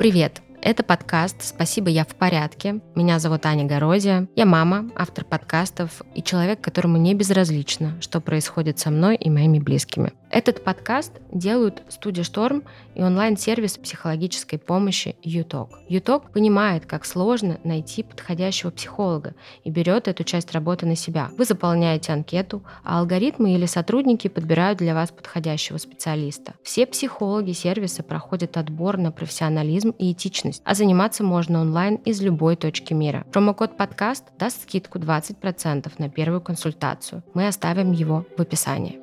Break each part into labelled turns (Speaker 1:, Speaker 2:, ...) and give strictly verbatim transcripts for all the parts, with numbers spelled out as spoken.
Speaker 1: Привет! Это подкаст «Спасибо, я в порядке». Меня зовут Аня Горозия. Я мама, автор подкастов и человек, которому не безразлично, что происходит со мной и моими близкими. Этот подкаст делают студия «Шторм» и онлайн-сервис психологической помощи «Юток». «Юток» понимает, как сложно найти подходящего психолога и берет эту часть работы на себя. Вы заполняете анкету, а алгоритмы или сотрудники подбирают для вас подходящего специалиста. Все психологи сервиса проходят отбор на профессионализм и этичность, а заниматься можно онлайн из любой точки мира. Промокод «Подкаст» даст скидку двадцать процентов на первую консультацию. Мы оставим его в описании.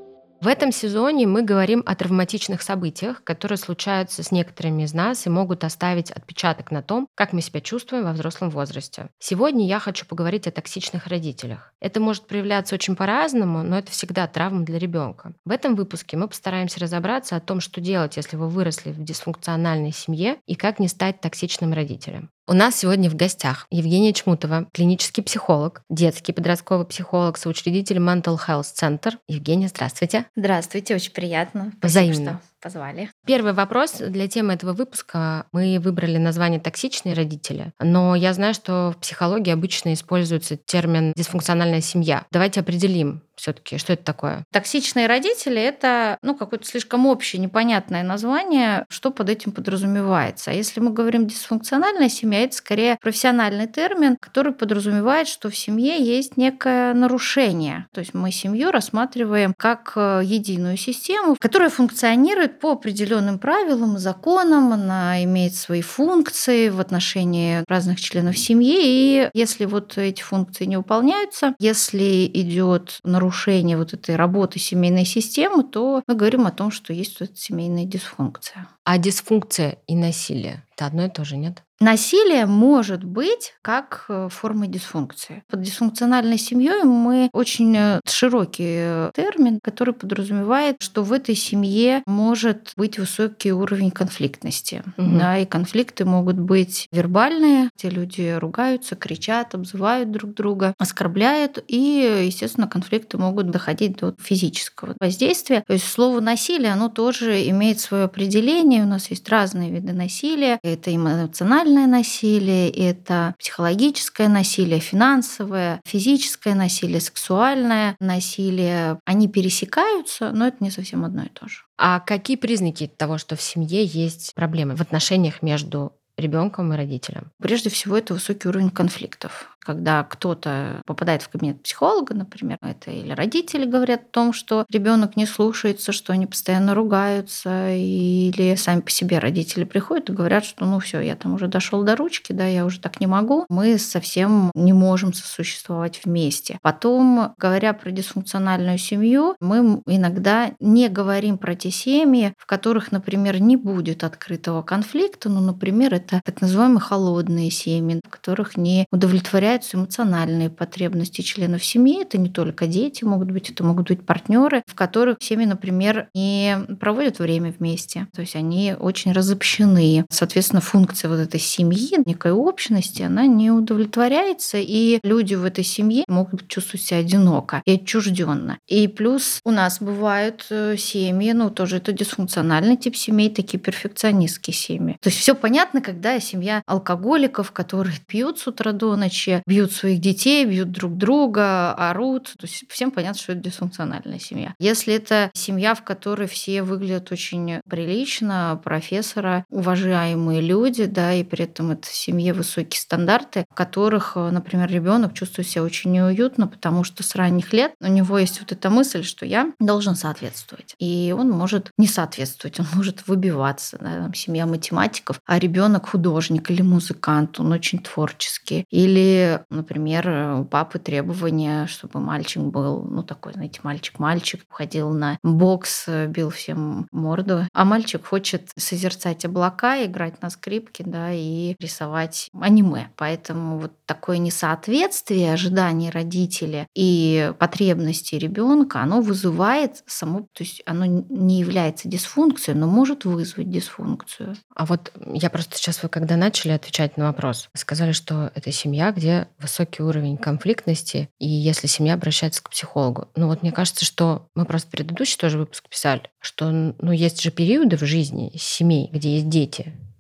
Speaker 1: В этом сезоне мы говорим о травматичных событиях, которые случаются с некоторыми из нас и могут оставить отпечаток на том, как мы себя чувствуем во взрослом возрасте. Сегодня я хочу поговорить о токсичных родителях. Это может проявляться очень по-разному, но это всегда травма для ребенка. В этом выпуске мы постараемся разобраться о том, что делать, если вы выросли в дисфункциональной семье, и как не стать токсичным родителем. У нас сегодня в гостях Евгения Чмутова, клинический психолог, детский подростковый психолог, соучредитель Mental Health Center. Евгения, здравствуйте.
Speaker 2: Здравствуйте, очень приятно. Спасибо,
Speaker 1: Взаимно.
Speaker 2: что позвали.
Speaker 1: Первый вопрос для темы этого выпуска. Мы выбрали название «токсичные родители», но я знаю, что в психологии обычно используется термин «дисфункциональная семья». Давайте определим все-таки, что это такое.
Speaker 2: Токсичные родители – это ну, какое-то слишком общее, непонятное название, что под этим подразумевается. А если мы говорим «дисфункциональная семья», это скорее профессиональный термин, который подразумевает, что в семье есть некое нарушение. То есть мы семью рассматриваем как единую систему, которая функционирует по определенным правилам и законам, она имеет свои функции в отношении разных членов семьи, и если вот эти функции не выполняются, если идет нарушение вот этой работы семейной системы, то мы говорим о том, что есть вот эта семейная дисфункция.
Speaker 1: А дисфункция и насилие – это одно и то же, нет?
Speaker 2: Насилие может быть как форма дисфункции. Под дисфункциональной семьей мы очень широкий термин, который подразумевает, что в этой семье может быть высокий уровень конфликтности.
Speaker 1: Угу.
Speaker 2: Да, и конфликты могут быть вербальные, где люди ругаются, кричат, обзывают друг друга, оскорбляют, и, естественно, конфликты могут доходить до физического воздействия. То есть слово «насилие», оно тоже имеет свое определение. У нас есть разные виды насилия. Это эмоциональное насилие, это психологическое насилие, финансовое, физическое насилие, сексуальное насилие. Они пересекаются, но это не совсем одно и то же.
Speaker 1: А какие признаки того, что в семье есть проблемы в отношениях между ребенком и родителем?
Speaker 2: Прежде всего, это высокий уровень конфликтов. Когда кто-то попадает в кабинет психолога, например, это или родители говорят о том, что ребенок не слушается, что они постоянно ругаются, или сами по себе родители приходят и говорят, что ну все, я там уже дошел до ручки, да, я уже так не могу, мы совсем не можем сосуществовать вместе. Потом, говоря про дисфункциональную семью, мы иногда не говорим про те семьи, в которых, например, не будет открытого конфликта, ну, например, это так называемые холодные семьи, в которых не удовлетворяются эмоциональные потребности членов семьи. Это не только дети могут быть, это могут быть партнеры, в которых семьи, например, не проводят время вместе. То есть они очень разобщены. Соответственно, функция вот этой семьи, некой общности, она не удовлетворяется, и люди в этой семье могут чувствовать себя одиноко и отчужденно. И плюс у нас бывают семьи, ну тоже это дисфункциональный тип семей, такие перфекционистские семьи. То есть все понятно, когда семья алкоголиков, которые пьют с утра до ночи, бьют своих детей, бьют друг друга, орут. То есть всем понятно, что это дисфункциональная семья. Если это семья, в которой все выглядят очень прилично, профессора, уважаемые люди, да, и при этом это в семье высокие стандарты, в которых, например, ребенок чувствует себя очень неуютно, потому что с ранних лет у него есть вот эта мысль, что я должен соответствовать. И он может не соответствовать, он может выбиваться. Да, там, семья математиков, а ребенок художник или музыкант, он очень творческий. Или например, у папы требования, чтобы мальчик был, ну, такой, знаете, мальчик-мальчик, ходил на бокс, бил всем морду. А мальчик хочет созерцать облака, играть на скрипке, да, и рисовать аниме. Поэтому вот такое несоответствие ожиданий родителя и потребностей ребенка, оно вызывает само, то есть оно не является дисфункцией, но может вызвать дисфункцию.
Speaker 1: А вот я просто сейчас, вы когда начали отвечать на вопрос, сказали, что это семья, где высокий уровень конфликтности, и если семья обращается к психологу. Ну вот мне кажется, что мы просто предыдущий тоже выпуск писали, что ну, есть же периоды в жизни семей, где есть дети,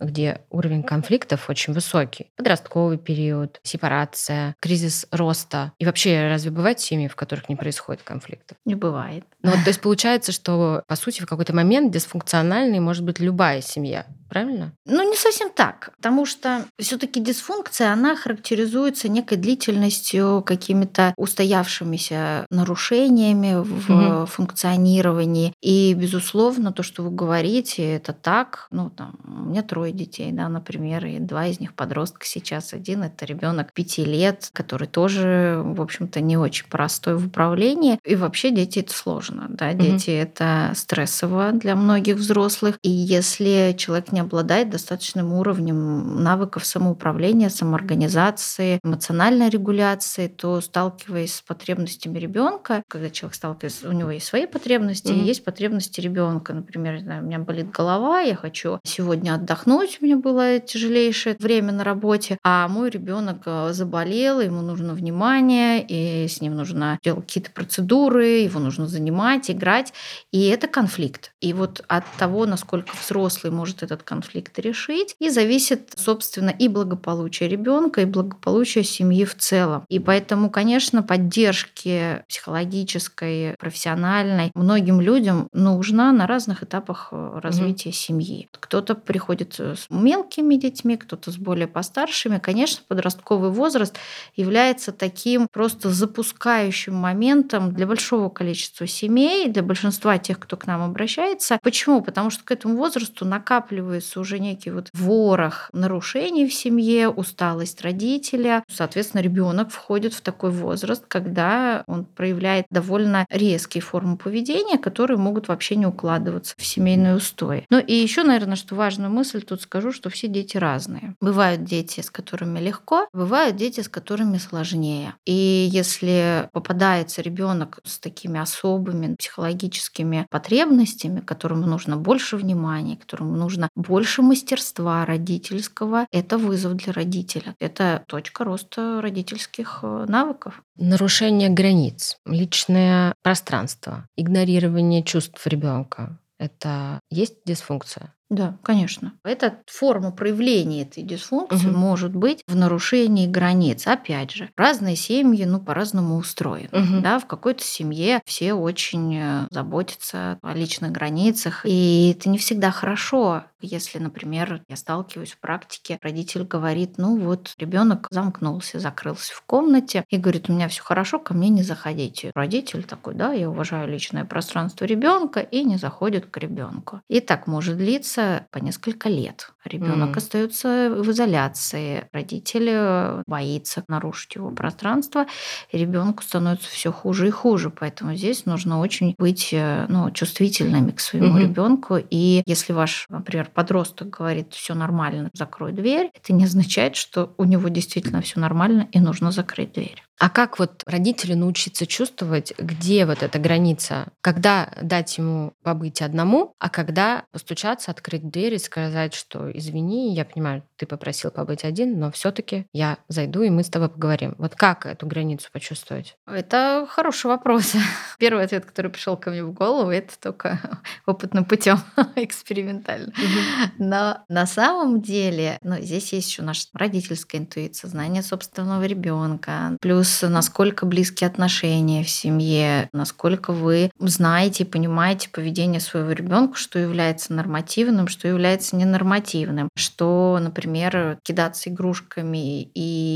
Speaker 1: где уровень конфликтов очень высокий. Подростковый период, сепарация, кризис роста. И вообще, разве бывают семьи, в которых не происходит конфликтов?
Speaker 2: Не бывает.
Speaker 1: Ну вот, то есть получается, что, по сути, в какой-то момент дисфункциональной может быть любая семья, правильно?
Speaker 2: Ну, не совсем так, потому что все-таки дисфункция, она характеризуется некой длительностью, какими-то устоявшимися нарушениями в
Speaker 1: Мгм.
Speaker 2: функционировании. И, безусловно, то, что вы говорите, это так. Ну, там, у меня трое детей, да, например, и два из них подростка сейчас. Один — это ребенок пяти лет, который тоже, в общем-то, не очень простой в управлении. И вообще дети — это сложно, да,
Speaker 1: Мгм.
Speaker 2: дети — это стрессово для многих взрослых. И если человек не обладает достаточным уровнем навыков самоуправления, самоорганизации, эмоциональной регуляции, то, сталкиваясь с потребностями ребенка, когда человек сталкивается, у него есть свои потребности, и
Speaker 1: Мгм.
Speaker 2: есть потребности ребенка. Например, не знаю, у меня болит голова, я хочу сегодня отдохнуть, у меня было тяжелейшее время на работе, а мой ребенок э, заболел, ему нужно внимание, и с ним нужно делать какие-то процедуры, его нужно занимать, играть, и это конфликт. И вот от того, насколько взрослый может этот конфликт решить, и зависит, собственно, и благополучие ребенка, и благополучие семьи в целом. И поэтому, конечно, поддержки психологической, профессиональной многим людям нужна на разных этапах э,
Speaker 1: Мгм.
Speaker 2: развития семьи. Кто-то приходит э, с мелкими детьми, кто-то с более постаршими. Конечно, подростковый возраст является таким просто запускающим моментом для большого количества семей, для большинства тех, кто к нам обращается. Почему? Потому что к этому возрасту накапливается уже некий вот ворох нарушений в семье, усталость родителя. Соответственно, ребенок входит в такой возраст, когда он проявляет довольно резкие формы поведения, которые могут вообще не укладываться в семейные устои. Ну и еще, наверное, что важную мысль тут скажу, что все дети разные. Бывают дети, с которыми легко, бывают дети, с которыми сложнее. И если попадается ребенок с такими особыми психологическими потребностями, которому нужно больше внимания, которому нужно больше мастерства родительского, это вызов для родителя. Это точка роста родительских э, навыков.
Speaker 1: Нарушение границ, личное пространство, игнорирование чувств ребенка. Это есть дисфункция?
Speaker 2: Да, конечно. Эта форма проявления этой дисфункции
Speaker 1: Мгм.
Speaker 2: может быть в нарушении границ. Опять же, разные семьи, ну, по-разному устроены.
Speaker 1: Мгм.
Speaker 2: Да, в какой-то семье все очень э, заботятся о личных границах, и это не всегда хорошо, если, например, я сталкиваюсь в практике, родитель говорит, ну вот, ребенок замкнулся, закрылся в комнате и говорит, у меня все хорошо, ко мне не заходите. Родитель такой, да, я уважаю личное пространство ребенка и не заходит к ребенку. И так может длиться по несколько лет. Ребенок
Speaker 1: М.
Speaker 2: остается в изоляции, родитель э, боится нарушить его пространство, и ребенку становится все хуже и хуже. Поэтому здесь нужно очень быть э, ну, чувствительными к своему
Speaker 1: Мгм.
Speaker 2: ребенку. И если ваш, например, подросток говорит, все нормально, закрой дверь, это не означает, что у него действительно все нормально и нужно закрыть дверь.
Speaker 1: А как вот родителю научиться чувствовать, где вот эта граница? Когда дать ему побыть одному, а когда постучаться, открыть дверь и сказать, что извини, я понимаю, ты попросил побыть один, но все таки я зайду, и мы с тобой поговорим. Вот как эту границу почувствовать?
Speaker 2: Это хороший вопрос. Первый ответ, который пришел ко мне в голову, это только опытным путем, экспериментально.
Speaker 1: Мгм.
Speaker 2: Но на самом деле, ну, здесь есть еще наша родительская интуиция, знание собственного ребенка, плюс насколько близкие отношения в семье, насколько вы знаете и понимаете поведение своего ребенка, что является нормативным, что является ненормативным, что, например, кидаться игрушками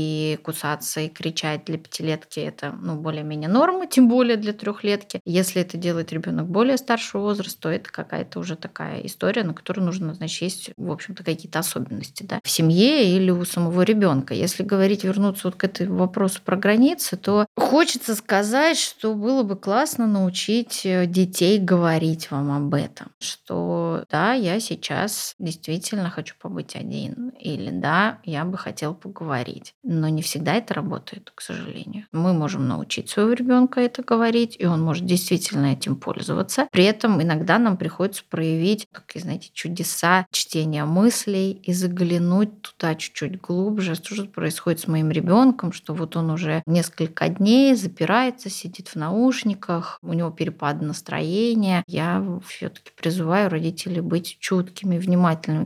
Speaker 2: и кусаться и кричать для пятилетки это ну, более-менее норма, тем более для трехлетки. Если это делает ребенок более старшего возраста, то это какая-то уже такая история, на которую нужно, значит, есть, в общем-то, какие-то особенности, да, в семье или у самого ребенка. Если говорить, вернуться вот к этому вопросу про границы, то хочется сказать, что было бы классно научить э, детей говорить вам об этом, что да, я сейчас действительно хочу побыть один, или да, я бы хотел поговорить. Но не всегда это работает, к сожалению. Мы можем научить своего ребенка это говорить, и он может действительно этим пользоваться. При этом иногда нам приходится проявить такие, знаете, чудеса чтения мыслей и заглянуть туда чуть-чуть глубже, что же происходит с моим ребенком, что вот он уже несколько дней запирается, сидит в наушниках, у него перепады настроения. Я все-таки призываю родителей быть чуткими, внимательными к своим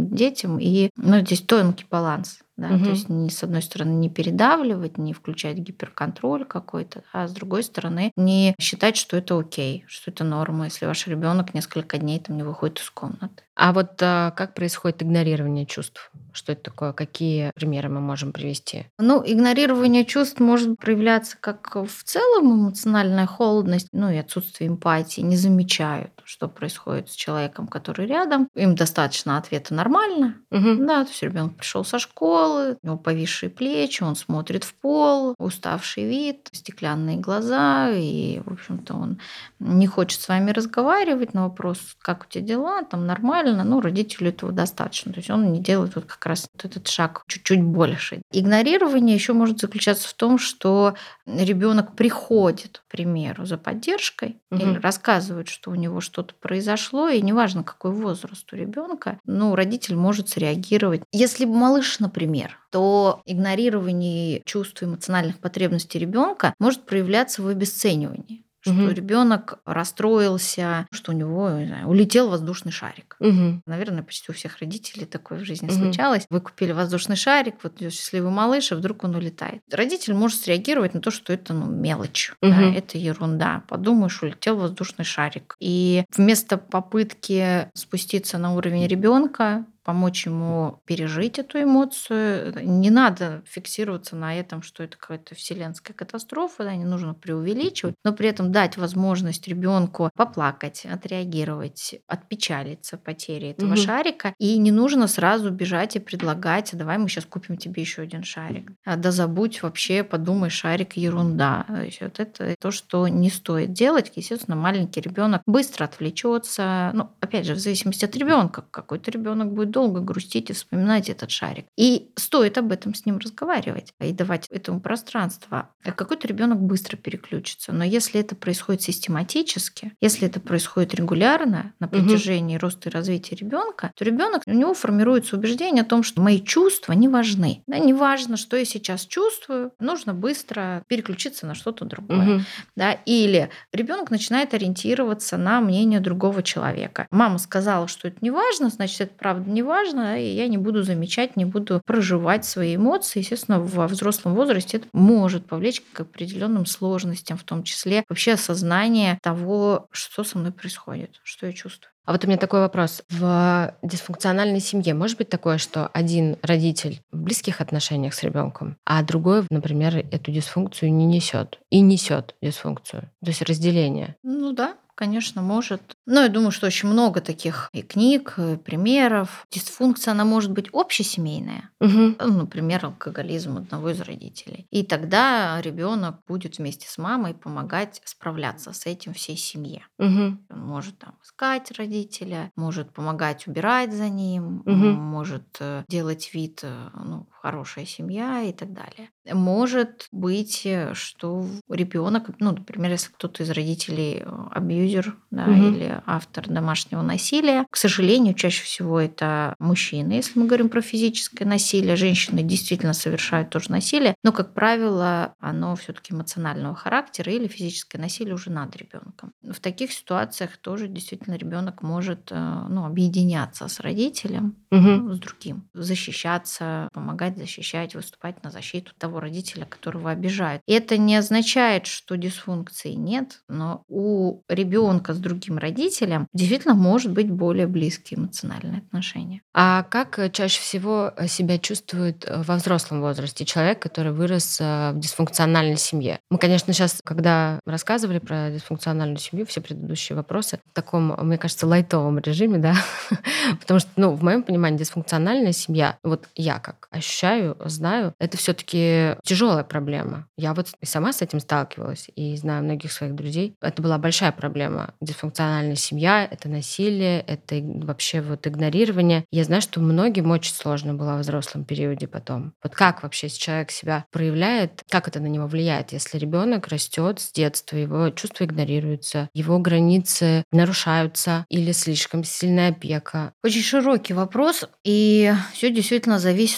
Speaker 2: детям. И ну, здесь тонкий баланс. Да, то
Speaker 1: Мгм.
Speaker 2: есть ни с одной стороны не передавливать, не включать гиперконтроль какой-то, а с другой стороны не считать, что это окей, что это норма, если ваш ребенок несколько дней там не выходит из комнаты.
Speaker 1: А вот а, как происходит игнорирование чувств? Что это такое? Какие примеры мы можем привести?
Speaker 2: Ну, игнорирование чувств может проявляться как в целом эмоциональная холодность, ну и отсутствие эмпатии, не замечают, что происходит с человеком, который рядом. Им достаточно ответа нормально.
Speaker 1: Мгм.
Speaker 2: Да, то есть ребенок пришел со школы, у него повисшие плечи, он смотрит в пол, уставший вид, стеклянные глаза, и, в общем-то, он не хочет с вами разговаривать на вопрос, как у тебя дела, там нормально, ну, родителю этого достаточно. То есть он не делает вот как раз вот этот шаг чуть-чуть больше. Игнорирование еще может заключаться в том, что ребенок приходит, к примеру, за поддержкой или
Speaker 1: Мгм.
Speaker 2: рассказывает, что у него что-то произошло, и неважно, какой возраст у ребенка, ну, родитель может среагировать. Если малыш, например, то игнорирование чувств и эмоциональных потребностей ребенка может проявляться в обесценивании. Что
Speaker 1: Мгм.
Speaker 2: ребенок расстроился, что у него, не знаю, улетел воздушный шарик.
Speaker 1: Мгм.
Speaker 2: Наверное, почти у всех родителей такое в жизни
Speaker 1: Мгм.
Speaker 2: случалось. Вы купили воздушный шарик, вот идёт счастливый малыш, и вдруг он улетает. Родитель может среагировать на то, что это ну, мелочь, да,
Speaker 1: Мгм.
Speaker 2: это ерунда. Подумаешь, улетел воздушный шарик. И вместо попытки спуститься на уровень ребенка, помочь ему пережить эту эмоцию. Не надо фиксироваться на этом, что это какая-то вселенская катастрофа, да, не нужно преувеличивать, но при этом дать возможность ребенку поплакать, отреагировать, отпечалиться потерей этого
Speaker 1: Мгм.
Speaker 2: шарика. И не нужно сразу бежать и предлагать, давай мы сейчас купим тебе еще один шарик. А, да забудь вообще, подумай, шарик ерунда. То есть вот это то, что не стоит делать. Естественно, маленький ребенок быстро отвлечется. Ну, опять же, в зависимости от ребенка. Какой-то ребенок будет долго грустить и вспоминать этот шарик. И стоит об этом с ним разговаривать и давать этому пространство. А какой-то ребенок быстро переключится. Но если это происходит систематически, если это происходит регулярно на
Speaker 1: Мгм.
Speaker 2: протяжении роста и развития ребенка, то ребенок у него формируется убеждение о том, что мои чувства не важны. Да, не важно, что я сейчас чувствую, нужно быстро переключиться на что-то другое.
Speaker 1: Мгм.
Speaker 2: Да? Или ребенок начинает ориентироваться на мнение другого человека. Мама сказала, что это не важно, значит, это правда не важно, и я не буду замечать, не буду проживать свои эмоции. Естественно, во взрослом возрасте это может повлечь к определенным сложностям, в том числе вообще осознание того, что со мной происходит, что я чувствую.
Speaker 1: А вот у меня такой вопрос. В дисфункциональной семье может быть такое, что один родитель в близких отношениях с ребенком, а другой, например, эту дисфункцию не несет и несет дисфункцию, то есть разделение?
Speaker 2: Ну да, конечно, может. Но я думаю, что очень много таких и книг, и примеров. Дисфункция, она может быть общесемейная.
Speaker 1: Мгм.
Speaker 2: Ну, например, алкоголизм одного из родителей. И тогда ребенок будет вместе с мамой помогать справляться с этим всей семье.
Speaker 1: Мгм.
Speaker 2: Он может там искать родителя, может помогать убирать за ним, м,
Speaker 1: Мгм.
Speaker 2: может э, делать вид, э, ну, хорошая семья и так далее. Может быть, э, что ребенок, ну, например, если кто-то из родителей э, абьюзер, да,
Speaker 1: Мгм.
Speaker 2: или автор домашнего насилия, к сожалению, чаще всего это мужчины, если мы говорим про физическое насилие. Женщины действительно совершают тоже насилие, но, как правило, оно все-таки эмоционального характера или физическое насилие уже над ребенком. В таких ситуациях тоже действительно ребенок может э, ну, объединяться с родителем,
Speaker 1: Мгм.
Speaker 2: ну, с другим, защищаться, помогать защищать, выступать на защиту того родителя, которого обижают. И это не означает, что дисфункции нет, но у ребенка с другим родителем действительно может быть более близкие эмоциональные отношения.
Speaker 1: А как э, чаще всего э, себя чувствует э, во взрослом возрасте человек, который вырос э, в дисфункциональной семье? Мы, конечно, сейчас, когда рассказывали про дисфункциональную семью, все предыдущие вопросы в таком, мне кажется, лайтовом режиме, да, потому что, ну, в моем понимании, дисфункциональная семья, вот я как ощущаю, знаю, это все-таки тяжелая проблема. Я вот и сама с этим сталкивалась и знаю многих своих друзей. Это была большая проблема. Дисфункциональная семья, это насилие, это иг- вообще вот игнорирование. Я знаю, что многим очень сложно было во взрослом периоде потом. Вот как вообще если человек себя проявляет, как это на него влияет, если ребенок растет с детства, его чувства игнорируются, его границы нарушаются или слишком сильная опека.
Speaker 2: Очень широкий вопрос, и все действительно зависит от степени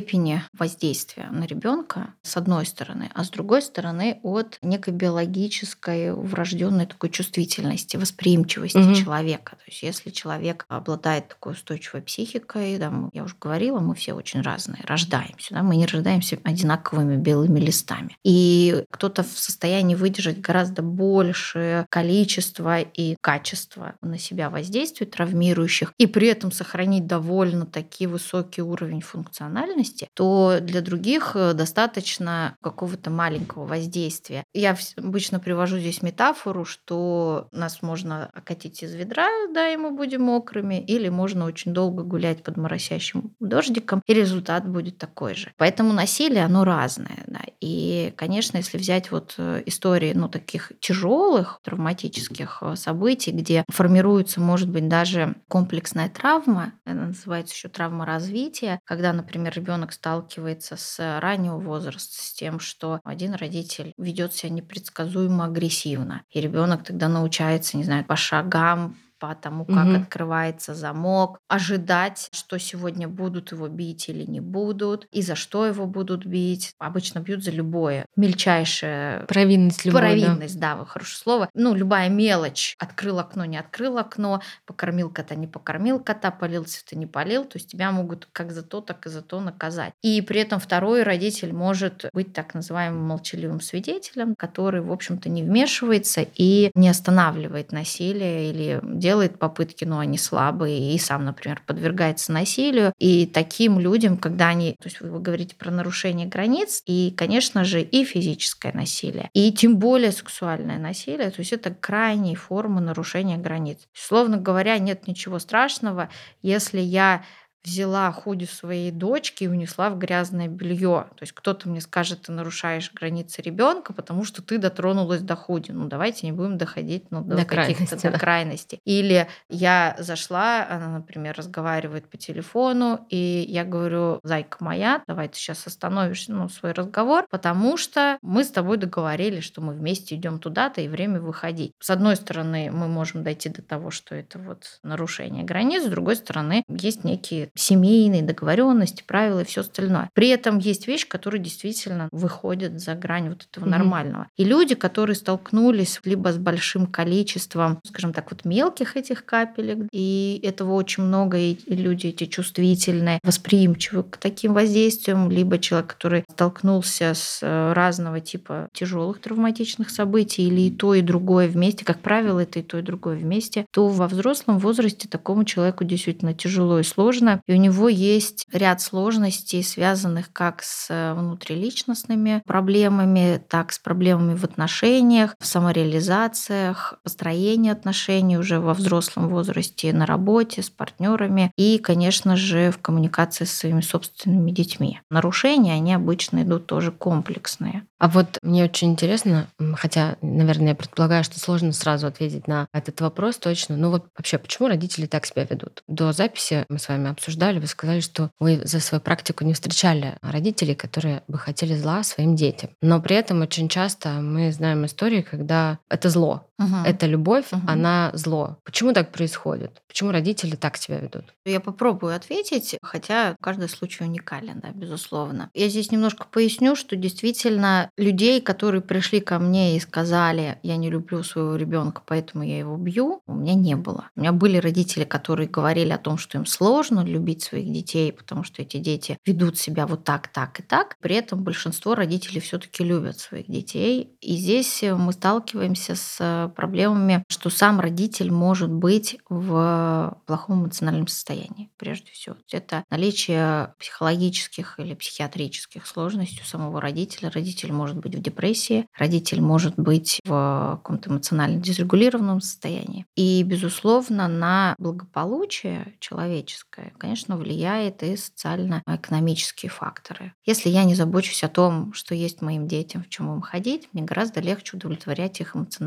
Speaker 2: степени воздействия на ребенка, с одной стороны, а с другой стороны, от некой биологической врожденной такой чувствительности, восприимчивости
Speaker 1: Мгм.
Speaker 2: человека. То есть если человек обладает такой устойчивой психикой, да, мы- я уже говорила, мы все очень разные, рождаемся, да, мы не рождаемся одинаковыми белыми листами. И кто-то в состоянии выдержать гораздо большее количество и качество на себя воздействий травмирующих, и при этом сохранить довольно таки высокий уровень функциональности, то для других э, достаточно какого-то маленького воздействия. Я вс- обычно привожу здесь метафору, что нас можно окатить из ведра, да, и мы будем мокрыми, или можно очень долго гулять под моросящим дождиком, и результат будет такой же. Поэтому насилие, оно разное. Да. И, конечно, если взять вот э, истории, ну, таких тяжелых травматических э, событий, где формируется, может быть, даже комплексная травма, она называется еще травма развития, когда, например, ребенок сталкивается с раннего возраста с тем, что один родитель ведет себя непредсказуемо агрессивно, и ребенок тогда научается, не знаю, по шагам, по тому, как
Speaker 1: Мгм.
Speaker 2: открывается замок, ожидать, что сегодня будут его бить или не будут, и за что его будут бить. Обычно бьют за любое мельчайшее.
Speaker 1: Провинность любую, да.
Speaker 2: Провинность, да, вот хорошее слово. Ну, любая мелочь. Открыл окно, не открыл окно, покормил кота, не покормил кота, полил цветы, не полил. То есть тебя могут как за то, так и за то наказать. И при этом второй родитель может быть так называемым молчаливым свидетелем, который, в общем-то, не вмешивается и не останавливает насилие или делает попытки, но они слабые, и сам, например, подвергается насилию. И таким людям, когда они... То есть вы говорите про нарушение границ, и, конечно же, и физическое насилие, и тем более сексуальное насилие, то есть это крайние формы нарушения границ. Условно говоря, нет ничего страшного, если я взяла худи своей дочки и унесла в грязное белье. То есть кто-то мне скажет, ты нарушаешь границы ребенка, потому что ты дотронулась до худи. Ну, давайте не будем доходить ну, до,
Speaker 1: До
Speaker 2: каких-то
Speaker 1: крайности,
Speaker 2: до
Speaker 1: да.
Speaker 2: крайностей. Или я зашла, она, например, разговаривает по телефону, и я говорю, зайка моя, давай ты сейчас остановишь ну, свой разговор, потому что мы с тобой договорились, что мы вместе идем туда-то и время выходить. С одной стороны, мы можем дойти до того, что это вот нарушение границ, с другой стороны, есть некие семейные договоренности, правила и все остальное. При этом есть вещи, которые действительно выходят за грань вот этого
Speaker 1: Мгм.
Speaker 2: нормального. И люди, которые столкнулись либо с большим количеством, скажем так, вот мелких этих капелек, и этого очень много, и люди эти чувствительные, восприимчивы к таким воздействиям, либо человек, который столкнулся с э, разного типа тяжелых травматичных событий, или и то, и другое вместе, как правило, это и то, и другое вместе, то во взрослом возрасте такому человеку действительно тяжело и сложно, и у него есть ряд сложностей, связанных как с внутриличностными проблемами, так с проблемами в отношениях, в самореализациях, построении отношений уже во взрослом возрасте, на работе, с партнерами и, конечно же, в коммуникации с своими собственными детьми. Нарушения, они обычно идут тоже комплексные.
Speaker 1: А вот мне очень интересно, м, хотя, наверное, я предполагаю, что сложно сразу ответить на этот вопрос точно. Ну вот вообще, почему родители так себя ведут? До записи мы с вами обсуждали, вы сказали, что вы за свою практику не встречали родителей, которые бы хотели зла своим детям. Но при этом очень часто мы знаем истории, когда это зло.
Speaker 2: Мгм.
Speaker 1: Эта любовь,
Speaker 2: Мгм.
Speaker 1: она зло. Почему так происходит? Почему родители так себя ведут?
Speaker 2: Я попробую ответить, хотя каждый случай уникален, да, безусловно. Я здесь немножко поясню, что действительно людей, которые пришли ко мне и сказали, я не люблю своего ребенка, поэтому я его бью, у меня не было. У меня были родители, которые говорили о том, что им сложно любить своих детей, потому что эти дети ведут себя вот так, так и так. При этом большинство родителей все-таки любят своих детей. И здесь мы сталкиваемся с проблемами, что сам родитель может быть в плохом эмоциональном состоянии, прежде всего. Это наличие психологических или психиатрических сложностей у самого родителя. Родитель может быть в депрессии, родитель может быть в каком-то эмоционально дисрегулированном состоянии. И, безусловно, на благополучие человеческое, конечно, влияет и социально-экономические факторы. Если я не забочусь о том, что есть моим детям, в чем им ходить, мне гораздо легче удовлетворять их эмоциональные потребности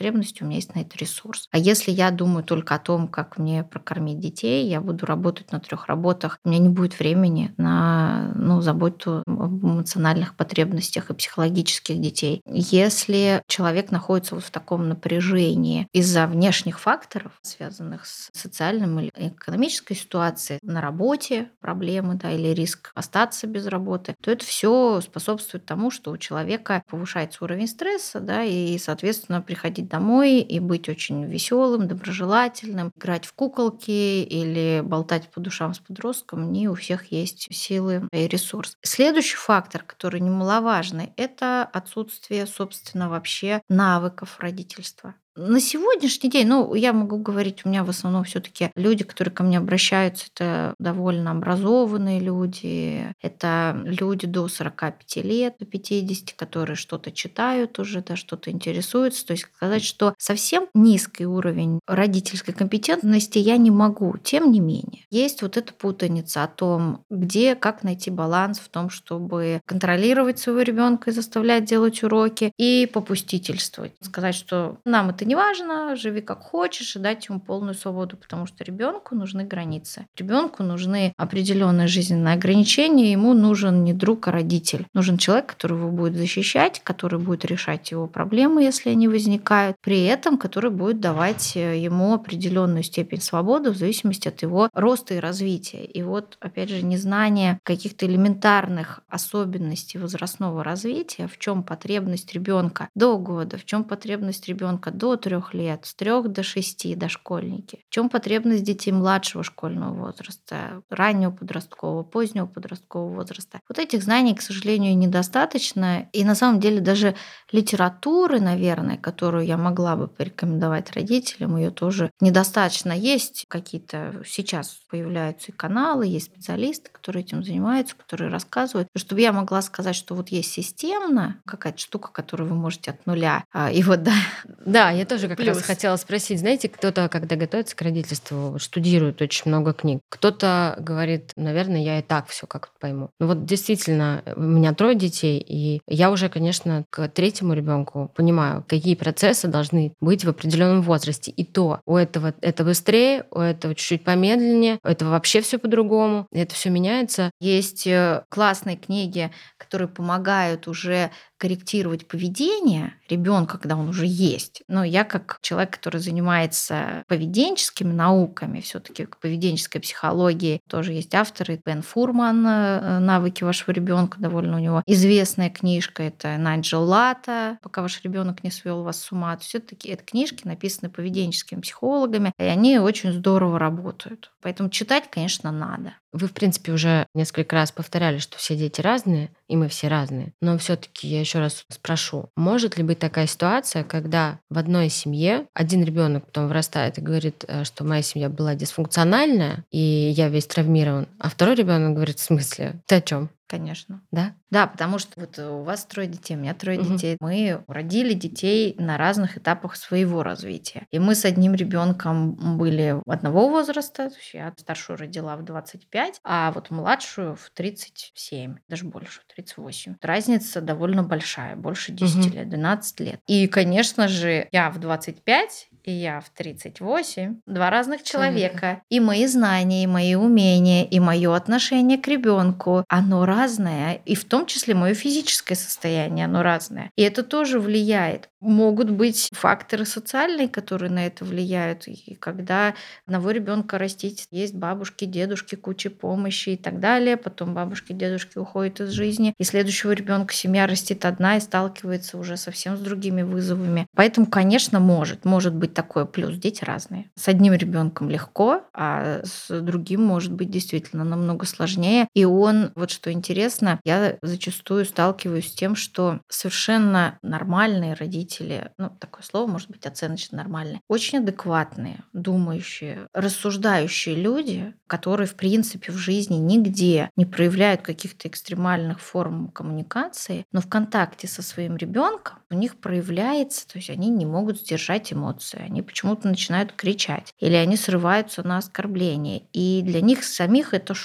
Speaker 2: потребности, у меня есть на это ресурс. А если я думаю только о том, как мне прокормить детей, я буду работать на трех работах, у меня не будет времени на ну, заботу об эмоциональных потребностях и психологических детей. Если человек находится вот в таком напряжении из-за внешних факторов, связанных с социальным или экономической ситуацией, на работе проблемы, да, или риск остаться без работы, то это все способствует тому, что у человека повышается уровень стресса, да, и, соответственно, приходить домой и быть очень веселым, доброжелательным, играть в куколки или болтать по душам с подростком, не у всех есть силы и ресурс. Следующий фактор, который немаловажный, это отсутствие, собственно, вообще навыков родительства. На сегодняшний день, ну, я могу говорить, у меня в основном все таки люди, которые ко мне обращаются, это довольно образованные люди, это люди до сорока пяти лет, до пятидесяти, которые что-то читают уже, да, что-то интересуются. То есть сказать, что совсем низкий уровень родительской компетентности я не могу. Тем не менее, есть вот эта путаница о том, где, как найти баланс в том, чтобы контролировать своего ребенка и заставлять делать уроки, и попустительствовать. Сказать, что нам это не важно, живи как хочешь, и дать ему полную свободу, потому что ребенку нужны границы. Ребенку нужны определенные жизненные ограничения, ему нужен не друг, а родитель. Нужен человек, который его будет защищать, который будет решать его проблемы, если они возникают, при этом который будет давать ему определенную степень свободы в зависимости от его роста и развития. И вот, опять же, незнание каких-то элементарных особенностей возрастного развития, в чем потребность ребенка до года, в чем потребность ребенка до трех лет, с трех до шести дошкольники. В чем потребность детей младшего школьного возраста, раннего подросткового, позднего подросткового возраста. Вот этих знаний, к сожалению, недостаточно. И на самом деле даже литературы, наверное, которую я могла бы порекомендовать родителям, ее тоже недостаточно. Есть какие-то сейчас появляются и каналы, есть специалисты, которые этим занимаются, которые рассказывают. Чтобы я могла сказать, что вот есть системно какая-то штука, которую вы можете от нуля. И вот да.
Speaker 1: Да, я тоже как
Speaker 2: Плюс.
Speaker 1: раз хотела спросить. Знаете, кто-то, когда готовится к родительству, штудирует очень много книг. Кто-то говорит, наверное, я и так все как-то пойму. Ну вот действительно, у меня трое детей, и я уже, конечно, к третьему ребенку понимаю, какие процессы должны быть в определенном возрасте. И то у этого это быстрее, у этого чуть-чуть помедленнее, у этого вообще все по-другому. И это все меняется.
Speaker 2: Есть э, классные книги, которые помогают уже корректировать поведение ребенка, когда он уже есть. Но я как человек, который занимается поведенческими науками, все-таки к поведенческой психологии, тоже есть авторы. Бен Фурман э, «Навыки вашего ребенка», довольно у него известная книжка. Это Найджел Латта «Пока ваш ребенок не свел вас с ума». Все-таки это книжки, написаны поведенческими психологами, и они очень здорово работают. Поэтому читать, конечно, надо.
Speaker 1: Вы, в принципе, уже несколько раз повторяли, что все дети разные, и мы все разные. Но все-таки я еще раз спрошу, может ли быть такая ситуация, когда в одной семье один ребенок потом вырастает и говорит, э, что моя семья была дисфункциональная, и я весь травмирован, а второй ребенок говорит, в смысле, ты о чем?
Speaker 2: Конечно.
Speaker 1: Да?
Speaker 2: Да, потому что вот у вас трое детей, у меня трое
Speaker 1: Мгм.
Speaker 2: детей. Мы родили детей на разных этапах своего развития. И мы с одним ребенком были одного возраста. То есть я старшую родила в двадцать пять, а вот младшую в тридцать семь, даже больше, в тридцать восемь. Разница довольно большая, больше десяти
Speaker 1: Мгм.
Speaker 2: лет, двенадцать лет. И, конечно же, я в двадцать пять и я в тридцать восемь. Два разных
Speaker 1: Человека.
Speaker 2: человека. И мои знания, и мои умения, и мое отношение к ребенку, оно разное. И в том числе мое физическое состояние, оно разное. И это тоже влияет. Могут быть факторы социальные, которые на это влияют. И когда одного ребенка растить, есть бабушки, дедушки, куча помощи и так далее. Потом бабушки, дедушки уходят из жизни. И следующего ребенка семья растит одна и сталкивается уже совсем с другими вызовами. Поэтому, конечно, может. Может быть такое. Плюс дети разные. С одним ребенком легко, а с другим может быть действительно намного сложнее. И он, вот что интересно, я зачастую сталкиваюсь с тем, что совершенно нормальные родители, ну, такое слово может быть оценочно нормальные, очень адекватные, думающие, рассуждающие люди, которые, в принципе, в жизни нигде не проявляют каких-то экстремальных форм коммуникации, но в контакте со своим ребенком у них проявляется, то есть они не могут сдержать эмоции, они почему-то начинают кричать, или они срываются на оскорбление, и для них самих это шок.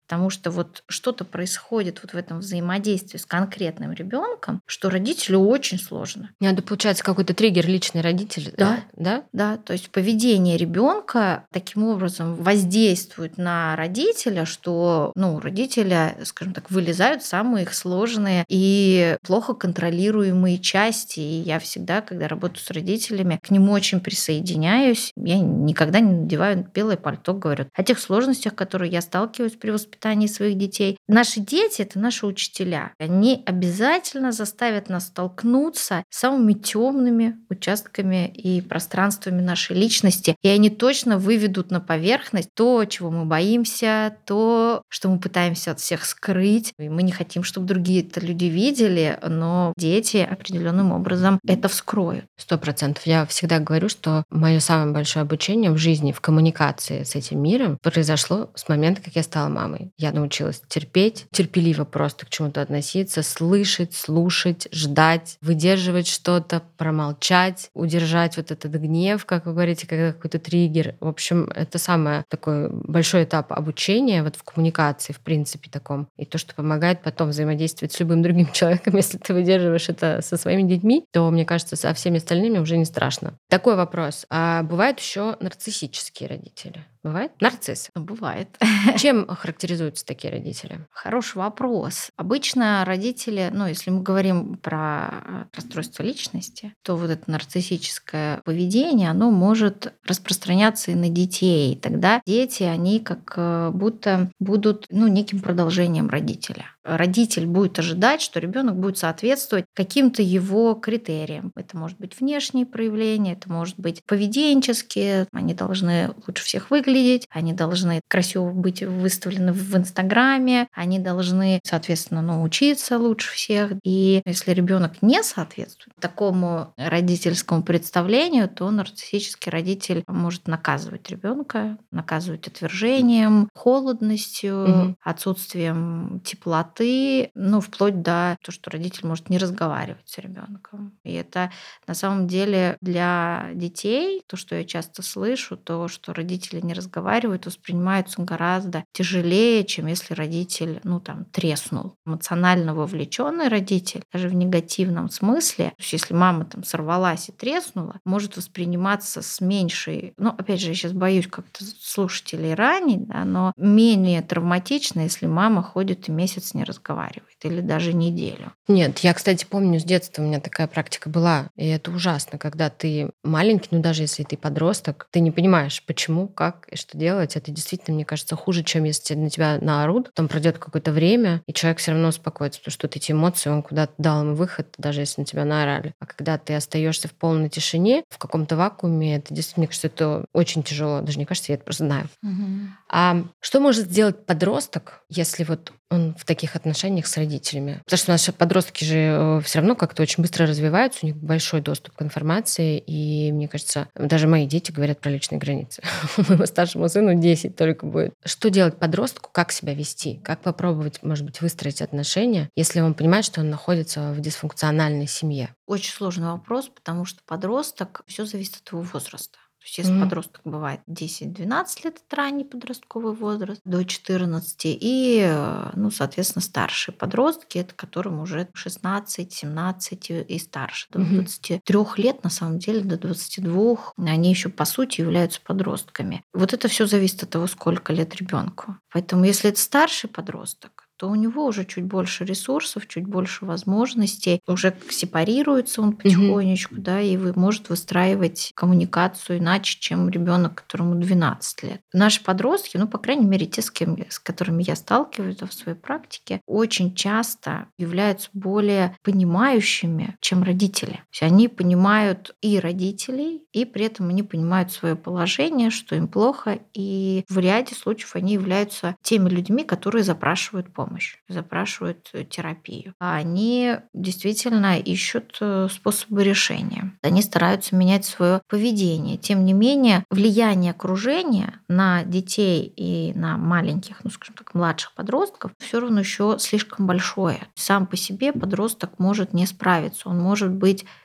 Speaker 2: Потому что вот что-то происходит вот в этом взаимодействии с конкретным ребенком, что родителю очень сложно.
Speaker 1: Надо, получается, какой-то триггер личный родитель,
Speaker 2: Да.
Speaker 1: э, да?
Speaker 2: Да, то есть поведение ребенка таким образом воздействует на родителя, что ну, у родителя, скажем так, вылезают самые их сложные и плохо контролируемые части. И я всегда, когда работаю с родителями, к нему очень присоединяюсь. Я никогда не надеваю белое пальто, говорю о тех сложностях, которые я сталкиваюсь при воспитании своих детей. Наши дети — это наши учителя. Они обязательно заставят нас столкнуться с самыми темными участками и пространствами нашей личности, и они точно выведут на поверхность то, чего мы боимся, то, что мы пытаемся от всех скрыть. И мы не хотим, чтобы другие это люди видели, но дети определенным образом это вскроют.
Speaker 1: Сто процентов. Я всегда говорю, что мое самое большое обучение в жизни, в коммуникации с этим миром произошло с момента, как я стала мамой. Я научилась терпеть, терпеливо просто к чему-то относиться, слышать, слушать, ждать, выдерживать что-то, промолчать, удержать вот этот гнев, как вы говорите, когда какой-то триггер. В общем, это самый такой большой этап обучения вот в коммуникации, в принципе, таком. И то, что помогает потом взаимодействовать с любым другим человеком. Если ты выдерживаешь это со своими детьми, то, мне кажется, со всеми остальными уже не страшно. Такой вопрос. А бывают еще нарциссические родители? Бывает? Нарциссы.
Speaker 2: Ну, бывает.
Speaker 1: Чем характеризуются такие родители?
Speaker 2: Хороший вопрос. Обычно родители, ну, если мы говорим про расстройство личности, то вот это нарциссическое поведение, оно может распространяться и на детей. И тогда дети, они как будто будут, ну, неким продолжением родителя. Родитель будет ожидать, что ребенок будет соответствовать каким-то его критериям. Это может быть внешние проявления, это может быть поведенческие. Они должны лучше всех выглядеть, они должны красиво быть выставлены в Инстаграме, они должны, соответственно, ну, учиться лучше всех. И если ребенок не соответствует такому родительскому представлению, то нарциссический родитель может наказывать ребенка, наказывать отвержением, холодностью,
Speaker 1: Мгм.
Speaker 2: отсутствием теплоты, ну, вплоть до того, что родитель может не разговаривать с ребенком. И это на самом деле для детей, то, что я часто слышу, то, что родители не разговаривают, воспринимаются гораздо тяжелее, чем если родитель, ну, там, треснул. Эмоционально вовлеченный родитель, даже в негативном смысле, то есть если мама там сорвалась и треснула, может восприниматься с меньшей, ну, опять же, я сейчас боюсь как-то слушателей ранить, да, но менее травматично, если мама ходит и месяц не разговаривает, или даже неделю.
Speaker 1: Нет, я, кстати, помню, с детства у меня такая практика была, и это ужасно, когда ты маленький, ну даже если ты подросток, ты не понимаешь, почему, как и что делать. Это действительно, мне кажется, хуже, чем если на тебя наорут, потом пройдет какое-то время, и человек все равно успокоится, потому что вот эти эмоции, он куда-то дал ему выход, даже если на тебя наорали. А когда ты остаешься в полной тишине, в каком-то вакууме, это действительно, мне кажется, это очень тяжело. Даже не кажется, я это просто знаю.
Speaker 2: Угу.
Speaker 1: А что может сделать подросток, если вот он в таких отношениях с родителями? Потому что наши подростки же все равно как-то очень быстро развиваются, у них большой доступ к информации, и мне кажется, даже мои дети говорят про личные границы. Моему старшему сыну десять только будет. Что делать подростку, как себя вести, как попробовать, может быть, выстроить отношения, если он понимает, что он находится в дисфункциональной семье?
Speaker 2: Очень сложный вопрос, потому что подросток, все зависит от его возраста. То есть если
Speaker 1: Мгм.
Speaker 2: подросток бывает десять-двенадцать лет, это ранний подростковый возраст, до четырнадцати, и, э, ну, соответственно, старшие подростки, это которым уже шестнадцать, семнадцать и и старше. До
Speaker 1: Мгм.
Speaker 2: двадцати трёх лет, на самом деле, до двадцати двух они еще по сути являются подростками. Вот это все зависит от того, сколько лет ребенку. Поэтому если это старший подросток, то у него уже чуть больше ресурсов, чуть больше возможностей, уже сепарируется он
Speaker 1: Мгм.
Speaker 2: потихонечку, да, и вы, может выстраивать коммуникацию иначе, чем ребенок, которому двенадцать лет. Наши подростки, ну, по крайней мере, те, с, кем, я- с которыми я сталкиваюсь да, в своей практике, очень часто являются более понимающими, чем родители. То есть они понимают и родителей, и при этом они понимают свое положение, что им плохо, и в ряде случаев они являются теми людьми, которые запрашивают помощь. помощь, запрашивают э, терапию. А они действительно ищут э, способы решения. Они стараются менять свое поведение. Тем не менее, влияние окружения на детей и на маленьких, ну, скажем так, младших подростков все равно еще слишком большое. Сам по себе подросток может не справиться. Он может быть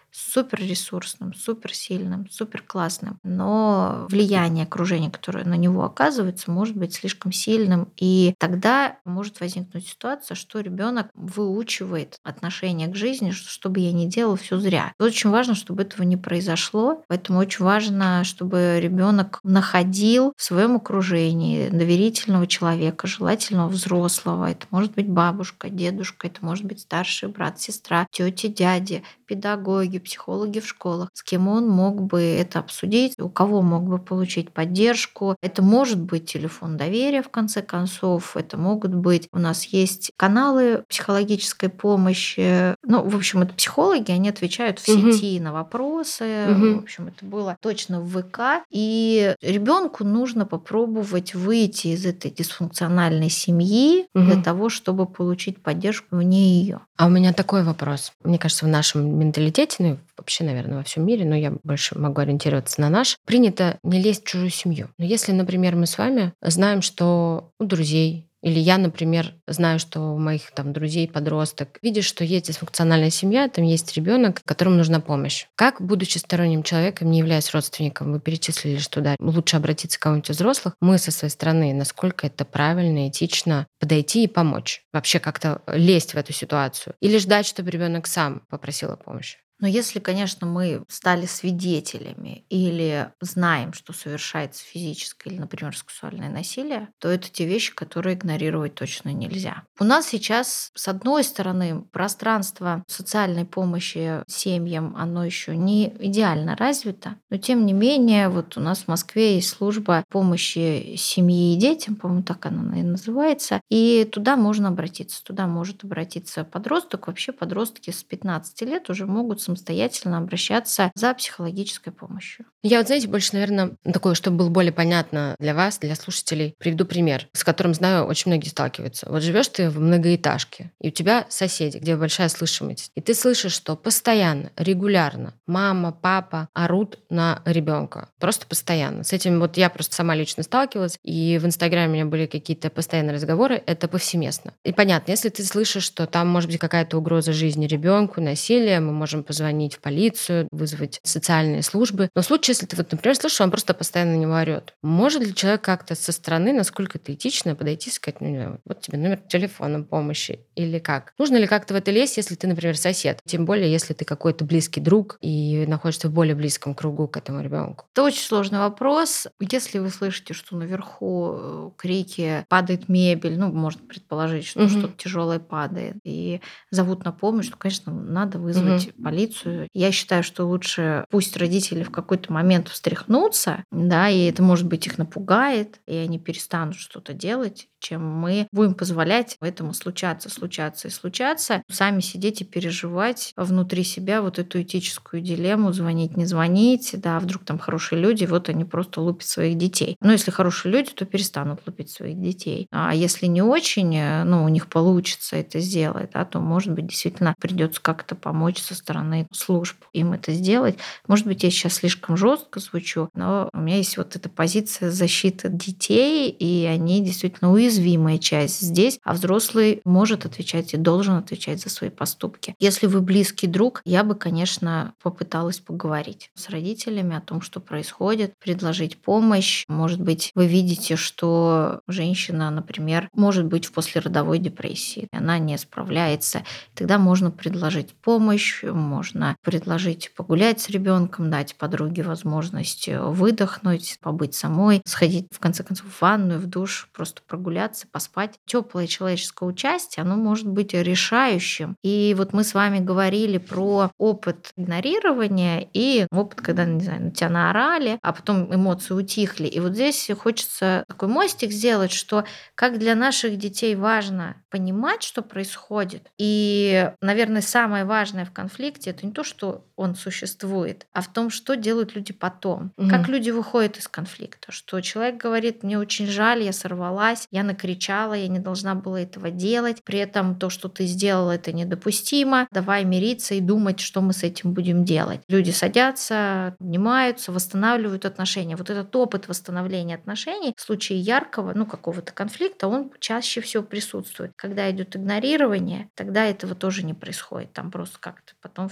Speaker 2: супер ресурсным, супер сильным, супер классным, но влияние окружения, которое на него оказывается, может быть слишком сильным, и тогда может возникнуть ситуация, что ребенок выучивает отношение к жизни, что что бы я ни делал, все зря. И очень важно, чтобы этого не произошло, поэтому очень важно, чтобы ребенок находил в своем окружении доверительного человека, желательно взрослого. Это может быть бабушка, дедушка, это может быть старший брат, сестра, тети, дяди, педагоги, психологи в школах, с кем он мог бы это обсудить, у кого мог бы получить поддержку. Это может быть телефон доверия, в конце концов, это могут быть, у нас есть каналы психологической помощи. Ну, в общем, это психологи, они отвечают в
Speaker 1: Мгм.
Speaker 2: сети на вопросы. В
Speaker 1: Мгм.
Speaker 2: общем, это было точно в ВК. И ребенку нужно попробовать выйти из этой дисфункциональной семьи для
Speaker 1: Мгм.
Speaker 2: того, чтобы получить поддержку вне ее.
Speaker 1: А у меня такой вопрос. Мне кажется, в нашем менталитете, ну и вообще, наверное, во всем мире, но я больше могу ориентироваться на наш, принято не лезть в чужую семью. Но если, например, мы с вами знаем, что у друзей, или я, например, знаю, что у моих там друзей подросток, видишь, что есть дисфункциональная семья, там есть ребенок, которому нужна помощь. Как, будучи сторонним человеком, не являясь родственником, вы перечислили, что да, лучше обратиться к кому-нибудь из взрослых, мы со своей стороны, насколько это правильно, этично, подойти и помочь, вообще как-то лезть в эту ситуацию, или ждать, чтобы ребенок сам попросил о помощи?
Speaker 2: Но если, конечно, мы стали свидетелями или знаем, что совершается физическое или, например, сексуальное насилие, то это те вещи, которые игнорировать точно нельзя. У нас сейчас, с одной стороны, пространство социальной помощи семьям, оно еще не идеально развито, но тем не менее, вот у нас в Москве есть служба помощи семье и детям, по-моему, так она, наверное, называется, и туда можно обратиться. Туда может обратиться подросток. Вообще подростки с пятнадцати лет уже могут самостоятельно обращаться за психологической помощью.
Speaker 1: Я вот, знаете, больше, наверное, такое, чтобы было более понятно для вас, для слушателей, приведу пример, с которым, знаю, очень многие сталкиваются. Вот живешь ты в многоэтажке, и у тебя соседи, где большая слышимость, и ты слышишь, что постоянно, регулярно мама, папа орут на ребенка. Просто постоянно. С этим вот я просто сама лично сталкивалась, и в Инстаграме у меня были какие-то постоянные разговоры, это повсеместно. И понятно, если ты слышишь, что там может быть какая-то угроза жизни ребенку, насилие, мы можем позвонить в полицию, вызвать социальные службы. Но в случае, если ты, вот, например, слышишь, что он просто постоянно на него орет, может ли человек как-то со стороны, насколько это этично, подойти и сказать, ну, не знаю, вот тебе номер телефона помощи или как? Нужно ли как-то в это лезть, если ты, например, сосед? Тем более, если ты какой-то близкий друг и находишься в более близком кругу к этому ребенку.
Speaker 2: Это очень сложный вопрос. Если вы слышите, что наверху э, крики, падает мебель, ну, можно предположить, что
Speaker 1: Мгм.
Speaker 2: что-то тяжелое падает, и зовут на помощь, то, конечно, надо
Speaker 1: Мгм.
Speaker 2: вызвать полицию. Я считаю, что лучше пусть родители в какой-то момент встряхнутся, да, и это, может быть, их напугает, и они перестанут что-то делать, чем мы будем позволять этому случаться, случаться и случаться, сами сидеть и переживать внутри себя вот эту этическую дилемму, звонить, не звонить, да, вдруг там хорошие люди, вот они просто лупят своих детей. Но если хорошие люди, то перестанут лупить своих детей. А если не очень, э, ну, у них получится это сделать, да, то, может быть, действительно придется как-то помочь со стороны служб им это сделать. Может быть, я сейчас слишком жестко звучу, но у меня есть вот эта позиция защиты детей, и они действительно уязвимая часть здесь, а взрослый может отвечать и должен отвечать за свои поступки. Если вы близкий друг, я бы, конечно, попыталась поговорить с родителями о том, что происходит, предложить помощь. Может быть, вы видите, что женщина, например, может быть в послеродовой депрессии, она не справляется. Тогда можно предложить помощь, можно предложить погулять с ребенком, дать подруге возможность выдохнуть, побыть самой, сходить, в конце концов, в ванную, в душ, просто прогуляться, поспать. Теплое человеческое участие, оно может быть решающим. И вот мы с вами говорили про опыт игнорирования и опыт, когда, не знаю, на тебя наорали, а потом эмоции утихли. И вот здесь хочется такой мостик сделать, что как для наших детей важно понимать, что происходит. И, наверное, самое важное в конфликте — это не то, что он существует, а в том, что делают люди потом. Как
Speaker 1: Мгм.
Speaker 2: люди выходят из конфликта. Что человек говорит, мне очень жаль, я сорвалась, я накричала, я не должна была этого делать. При этом то, что ты сделала, это недопустимо. Давай мириться и думать, что мы с этим будем делать. Люди садятся, обнимаются, восстанавливают отношения. Вот этот опыт восстановления отношений в случае яркого, ну, какого-то конфликта, он чаще всего присутствует. Когда идет игнорирование, тогда этого тоже не происходит. Там просто как-то потом все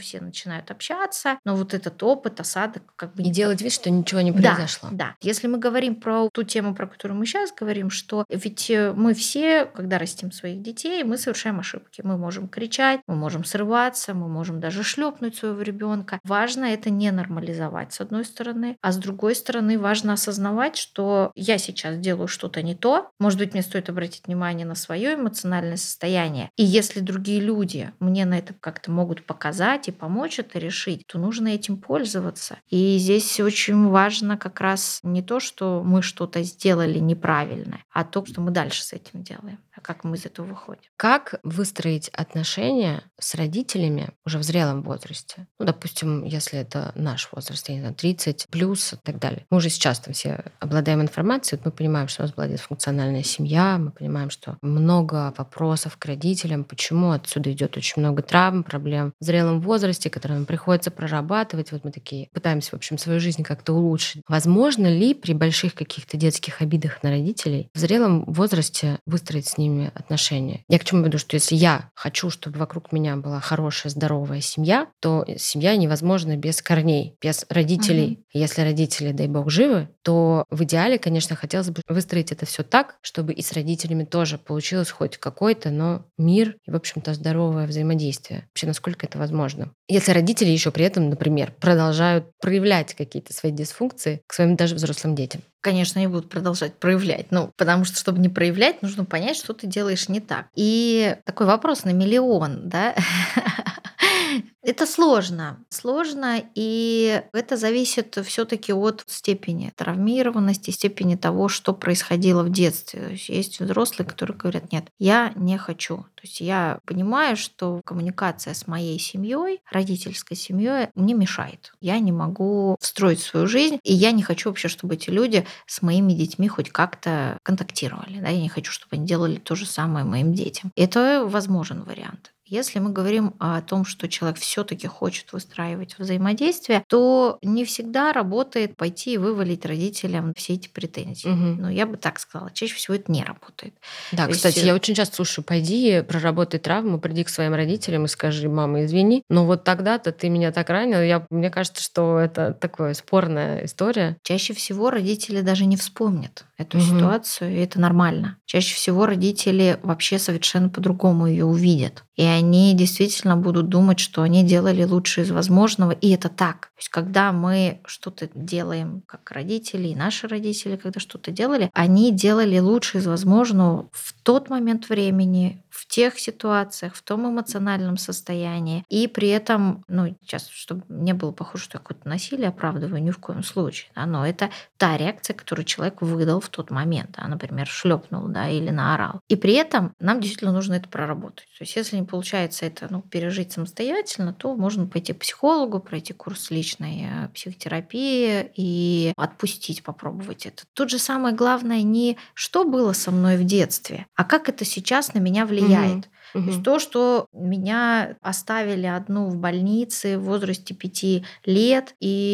Speaker 2: все начинают общаться, но вот этот опыт, осадок как бы
Speaker 1: И
Speaker 2: не
Speaker 1: делать вид, что ничего не
Speaker 2: да,
Speaker 1: произошло.
Speaker 2: да. Если мы говорим про ту тему, про которую мы сейчас говорим, что ведь э, мы все, когда растим своих детей, мы совершаем ошибки. Мы можем кричать, мы можем срываться, мы можем даже шлепнуть своего ребенка. Важно это не нормализовать, с одной стороны, а с другой стороны важно осознавать, что я сейчас делаю что-то не то. Может быть, мне стоит обратить внимание на свое эмоциональное состояние. И если другие люди мне на это как-то могут показать и помочь это решить, то нужно этим пользоваться. И здесь очень важно как раз не то, что мы что-то сделали неправильно, а то, что мы дальше с этим делаем, а как мы из этого выходим.
Speaker 1: Как выстроить отношения с родителями уже в зрелом возрасте? Ну, допустим, если это наш возраст, я не знаю, тридцать плюс и так далее. Мы уже сейчас там все обладаем информацией, вот мы понимаем, что у нас была дисфункциональная семья, мы понимаем, что много вопросов к родителям, почему отсюда идет очень много травм, проблем в зрелом возрасте, которые нам приходится прорабатывать. Вот мы такие пытаемся, в общем, свою жизнь как-то улучшить. Возможно ли при больших каких-то детских обидах на родителей в зрелом возрасте выстроить с ними отношения? Я к чему веду, что если я хочу, чтобы вокруг меня была хорошая, здоровая семья, то семья невозможна без корней, без родителей.
Speaker 2: Мгм.
Speaker 1: Если родители, дай бог, живы, то в идеале, конечно, хотелось бы выстроить это все так, чтобы и с родителями тоже получилось хоть какой-то, но мир и, в общем-то, здоровое взаимодействие. Вообще, насколько это возможно? Если родители еще при этом, например, продолжают проявлять какие-то свои дисфункции к своим даже взрослым детям.
Speaker 2: Конечно, они будут продолжать проявлять. Ну, потому что, чтобы не проявлять, нужно понять, что ты делаешь не так. И такой вопрос на миллион, да? Это сложно. Сложно, и это зависит все-таки от степени травмированности, степени того, что происходило в детстве. То есть есть взрослые, которые говорят: нет, я не хочу. То есть я понимаю, что коммуникация с моей семьей, родительской семьей, мне мешает. Я не могу встроить свою жизнь, и я не хочу вообще, чтобы эти люди с моими детьми хоть как-то контактировали. Да? Я не хочу, чтобы они делали то же самое моим детям. Это возможен вариант. Если мы говорим о том, что человек все-таки хочет выстраивать взаимодействие, то не всегда работает пойти и вывалить родителям все эти претензии.
Speaker 1: Мгм.
Speaker 2: Ну, я бы так сказала. Чаще всего это не работает.
Speaker 1: Да,
Speaker 2: То
Speaker 1: кстати,
Speaker 2: есть,
Speaker 1: я очень часто слушаю: пойди, проработай травму, приди к своим родителям и скажи: мама, извини, но вот тогда-то ты меня так ранил. Я, мне кажется, что это такая спорная история.
Speaker 2: Чаще всего родители даже не вспомнят эту
Speaker 1: Мгм.
Speaker 2: ситуацию, и это нормально. Чаще всего родители вообще совершенно по-другому ее увидят. И они действительно будут думать, что они делали лучшее из возможного, и это так. То есть, когда мы что-то делаем как родители, и наши родители, когда что-то делали, они делали лучшее из возможного в тот момент времени, в тех ситуациях, в том эмоциональном состоянии. И при этом, ну, сейчас, чтобы не было похоже, что я какое-то насилие оправдываю, ни в коем случае. Да, но это та реакция, которую человек выдал в тот момент. Да, например, шлепнул, да, или наорал. И при этом нам действительно нужно это проработать. То есть, если не получается это, ну, пережить самостоятельно, то можно пойти к психологу, пройти курс личной э, психотерапии и отпустить, попробовать это. Тут же самое главное не что было со мной в детстве, а как это сейчас на меня влияет.
Speaker 1: Мгм.
Speaker 2: То есть
Speaker 1: Мгм.
Speaker 2: то, что меня оставили одну в больнице в возрасте пяти лет,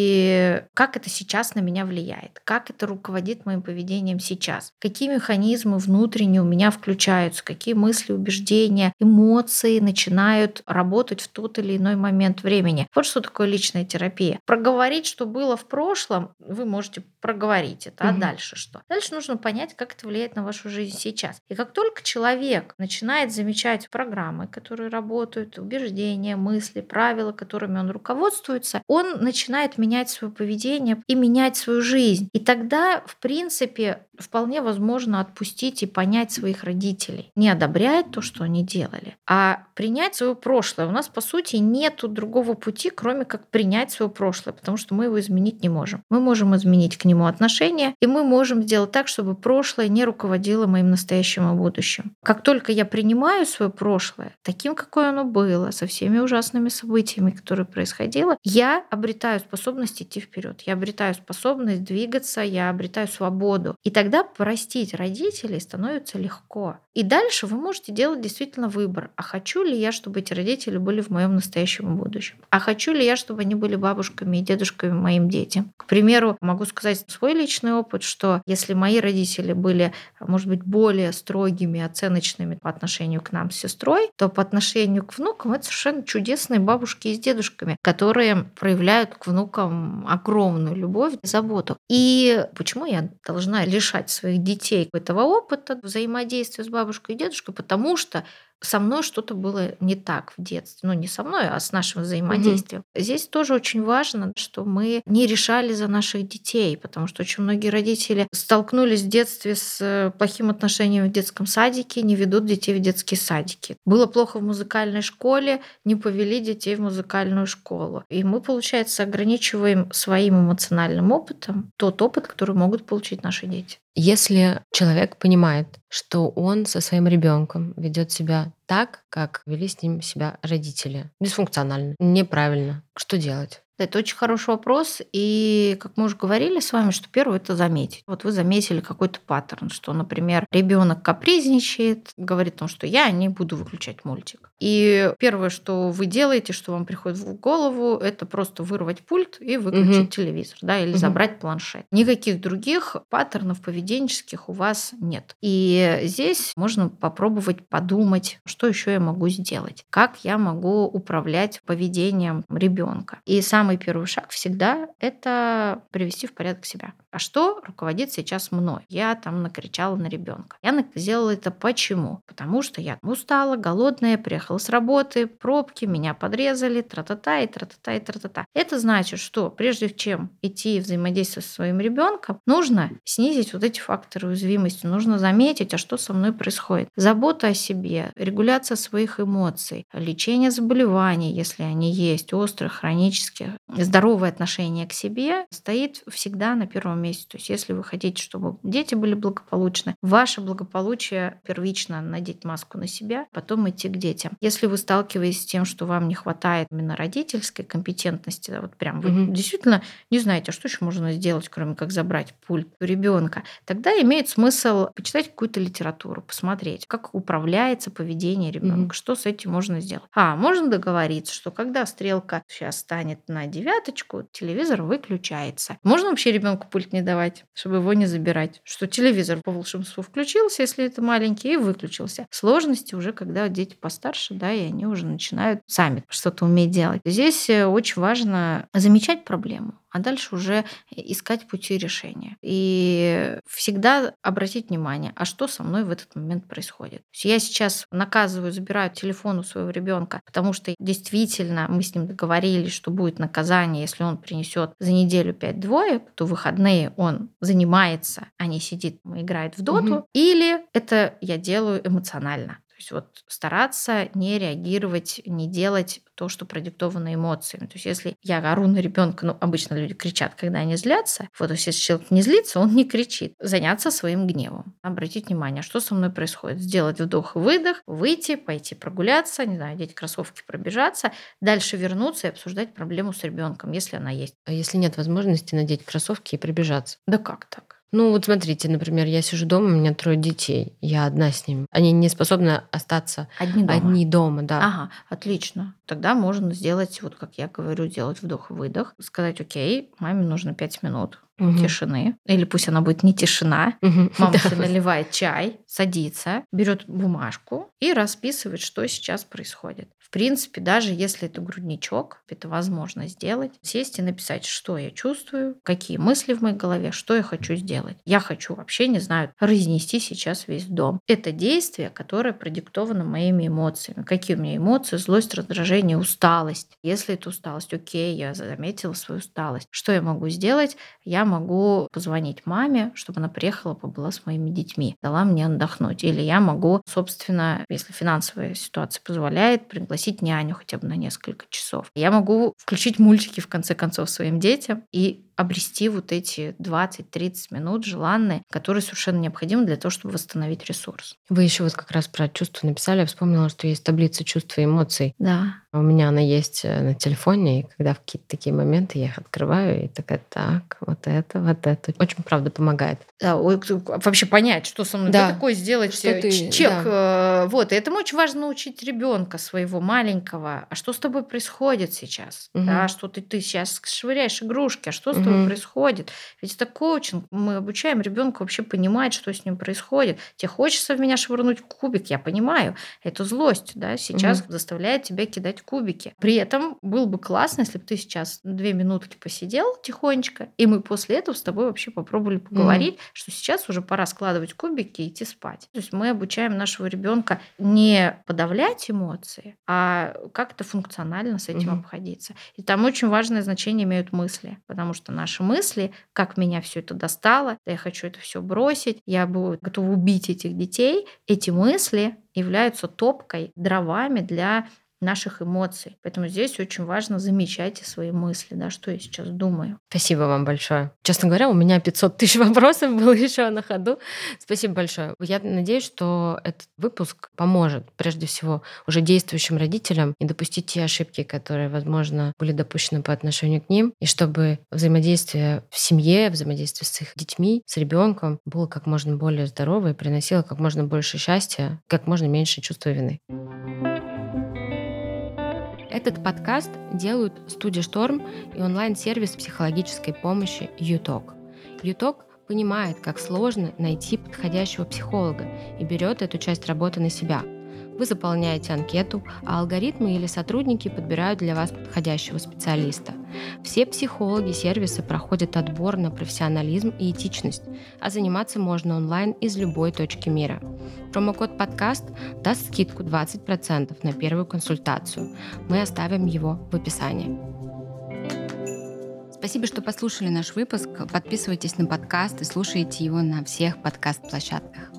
Speaker 2: и как это сейчас на меня влияет, как это руководит моим поведением сейчас, какие механизмы внутренние у меня включаются, какие мысли, убеждения, эмоции начинают работать в тот или иной момент времени. Вот что такое личная терапия. Проговорить, что было в прошлом, вы можете проговорить это, а
Speaker 1: Мгм.
Speaker 2: дальше что? Дальше нужно понять, как это влияет на вашу жизнь сейчас. И как только человек начинает замечать программы, которые работают, убеждения, мысли, правила, которыми он руководствуется, он начинает менять свое поведение и менять свою жизнь. И тогда, в принципе, вполне возможно отпустить и понять своих родителей. Не одобрять то, что они делали, а принять свое прошлое. У нас, по сути, нет другого пути, кроме как принять свое прошлое, потому что мы его изменить не можем. Мы можем изменить к нему отношение, и мы можем сделать так, чтобы прошлое не руководило моим настоящим и будущим. Как только я принимаю свое прошлое, таким, какое оно было, со всеми ужасными событиями, которые происходило, я обретаю способность идти вперед, я обретаю способность двигаться, я обретаю свободу. И тогда тогда простить родителей становится легко. И дальше вы можете делать действительно выбор. А хочу ли я, чтобы эти родители были в моем настоящем будущем? А хочу ли я, чтобы они были бабушками и дедушками моим детям? К примеру, могу сказать свой личный опыт, что если мои родители были, может быть, более строгими, оценочными по отношению к нам с сестрой, то по отношению к внукам это совершенно чудесные бабушки и с дедушками, которые проявляют к внукам огромную любовь и заботу. И почему я должна лишать своих детей этого опыта взаимодействия с бабушкой и дедушкой? Потому что со мной что-то было не так в детстве. Ну, не со мной, а с нашим взаимодействием. Угу. Здесь тоже очень важно, что мы не решали за наших детей, потому что очень многие родители столкнулись в детстве с плохим отношением в детском садике, не ведут детей в детские садики. Было плохо в музыкальной школе, не повели детей в музыкальную школу. И мы, получается, ограничиваем своим эмоциональным опытом тот опыт, который могут получить наши дети.
Speaker 1: Если человек понимает, что он со своим ребенком ведет себя так, как вели с ним себя родители, дисфункционально, неправильно, что делать?
Speaker 2: Это очень хороший вопрос. И, как мы уже говорили с вами, что первое – это заметить. Вот вы заметили какой-то паттерн, что, например, ребенок капризничает, говорит о том, что я не буду выключать мультик. И первое, что вы делаете, что вам приходит в голову, это просто вырвать пульт и выключить угу. телевизор, да, или угу. забрать планшет. Никаких других паттернов поведенческих у вас нет. И здесь можно попробовать подумать, что еще я могу сделать, как я могу управлять поведением ребенка. И сам Самый первый шаг всегда – это привести в порядок себя. А что руководит сейчас мной? Я там накричала на ребенка. Я сделала это почему? Потому что я устала, голодная, приехала с работы, пробки, меня подрезали, тра-та-та и тра-та-та и тра-та-та. Это значит, что прежде чем идти взаимодействовать со своим ребенком, нужно снизить вот эти факторы уязвимости, нужно заметить, а что со мной происходит. Забота о себе, регуляция своих эмоций, лечение заболеваний, если они есть, острых, хронических. Здоровое отношение к себе стоит всегда на первом месте. То есть если вы хотите, чтобы дети были благополучны, ваше благополучие первично надеть маску на себя, потом идти к детям. Если вы сталкиваетесь с тем, что вам не хватает именно родительской компетентности, да, вот прям вы mm-hmm. действительно не знаете, а что еще можно сделать, кроме как забрать пульт у ребенка, тогда имеет смысл почитать какую-то литературу, посмотреть, как управляется поведение ребенка, mm-hmm. что с этим можно сделать. А, можно договориться, что когда стрелка сейчас станет на девяточку, телевизор выключается. Можно вообще ребенку пульт не давать, чтобы его не забирать? Что телевизор по волшебству включился, если это маленький, и выключился. Сложности уже, когда дети постарше, да, и они уже начинают сами что-то уметь делать. Здесь очень важно замечать проблему, а дальше уже искать пути решения. И всегда обратить внимание, а что со мной в этот момент происходит. То есть я сейчас наказываю, забираю телефон у своего ребенка, потому что действительно мы с ним договорились, что будет наказание, если он принесет за неделю пять двоек, то в выходные он занимается, а не сидит, играет в доту. Угу. Или это я делаю эмоционально. То есть вот стараться не реагировать, не делать то, что продиктовано эмоциями. То есть если я ору на ребенка, ну, обычно люди кричат, когда они злятся. Вот, то есть если человек не злится, он не кричит. Заняться своим гневом. Обратить внимание, что со мной происходит. Сделать вдох и выдох, выйти, пойти прогуляться, не знаю, одеть кроссовки, пробежаться, дальше вернуться и обсуждать проблему с ребенком, если она есть.
Speaker 1: А если нет возможности надеть кроссовки и пробежаться?
Speaker 2: Да как так?
Speaker 1: Ну вот смотрите, например, я сижу дома, у меня трое детей, я одна с ними. Они не способны остаться
Speaker 2: одни дома.
Speaker 1: Одни дома, да.
Speaker 2: Ага, отлично. Тогда можно сделать, вот как я говорю, делать вдох-выдох, сказать, окей, маме нужно пять минут угу. тишины, или пусть она будет не тишина. Угу. Мама себе наливает чай, садится, берет бумажку и расписывает, что сейчас происходит. В принципе, даже если это грудничок, это возможно сделать. Сесть и написать, что я чувствую, какие мысли в моей голове, что я хочу сделать. Я хочу вообще, не знаю, разнести сейчас весь дом. Это действие, которое продиктовано моими эмоциями. Какие у меня эмоции? Злость, раздражение, усталость. Если это усталость, окей, я заметила свою усталость. Что я могу сделать? Я могу позвонить маме, чтобы она приехала, побыла с моими детьми, дала мне отдохнуть. Или я могу, собственно, если финансовая ситуация позволяет, пригласить няню хотя бы на несколько часов. Я могу включить мультики, в конце концов, своим детям и обрести вот эти двадцать-тридцать минут желанные, которые совершенно необходимы для того, чтобы восстановить ресурс.
Speaker 1: Вы еще вот как раз про чувства написали. Я вспомнила, что есть таблица чувств и эмоций.
Speaker 2: Да.
Speaker 1: У меня она есть на телефоне, и когда в какие-то такие моменты я их открываю, и такая, так, вот это, вот это. Очень, правда, помогает.
Speaker 2: Да, вообще понять, что со мной, да, да такое сделать, что ты, чек. Да. Вот, и этому очень важно научить ребенка своего маленького. А что с тобой происходит сейчас? Угу. Да, что ты, ты сейчас швыряешь игрушки, а что с угу. тобой происходит? Ведь это коучинг. Мы обучаем ребенка вообще понимать, что с ним происходит. Тебе хочется в меня швырнуть кубик, я понимаю. Эту злость, да, сейчас угу. заставляет тебя кидать кубики. При этом было бы классно, если бы ты сейчас две минутки посидел тихонечко, и мы после этого с тобой вообще попробовали поговорить, mm-hmm. что сейчас уже пора складывать кубики и идти спать. То есть мы обучаем нашего ребенка не подавлять эмоции, а как-то функционально с этим mm-hmm. обходиться. И там очень важное значение имеют мысли, потому что наши мысли, как меня все это достало, да я хочу это все бросить, я буду готова убить этих детей, эти мысли являются топкой, дровами для наших эмоций. Поэтому здесь очень важно замечайте свои мысли, да, что я сейчас думаю.
Speaker 1: Спасибо вам большое. Честно говоря, у меня пятьсот тысяч вопросов было еще на ходу. Спасибо большое. Я надеюсь, что этот выпуск поможет, прежде всего, уже действующим родителям не допустить те ошибки, которые, возможно, были допущены по отношению к ним, и чтобы взаимодействие в семье, взаимодействие с их детьми, с ребенком было как можно более здоровое и приносило как можно больше счастья, как можно меньше чувства вины. Этот подкаст делают студия «Шторм» и онлайн-сервис психологической помощи «Юток». «Юток» понимает, как сложно найти подходящего психолога и берет эту часть работы на себя. Вы заполняете анкету, а алгоритмы или сотрудники подбирают для вас подходящего специалиста. Все психологи сервиса проходят отбор на профессионализм и этичность, а заниматься можно онлайн из любой точки мира. Промокод «Подкаст» даст скидку двадцать процентов на первую консультацию. Мы оставим его в описании. Спасибо, что послушали наш выпуск. Подписывайтесь на подкаст и слушайте его на всех подкаст-площадках.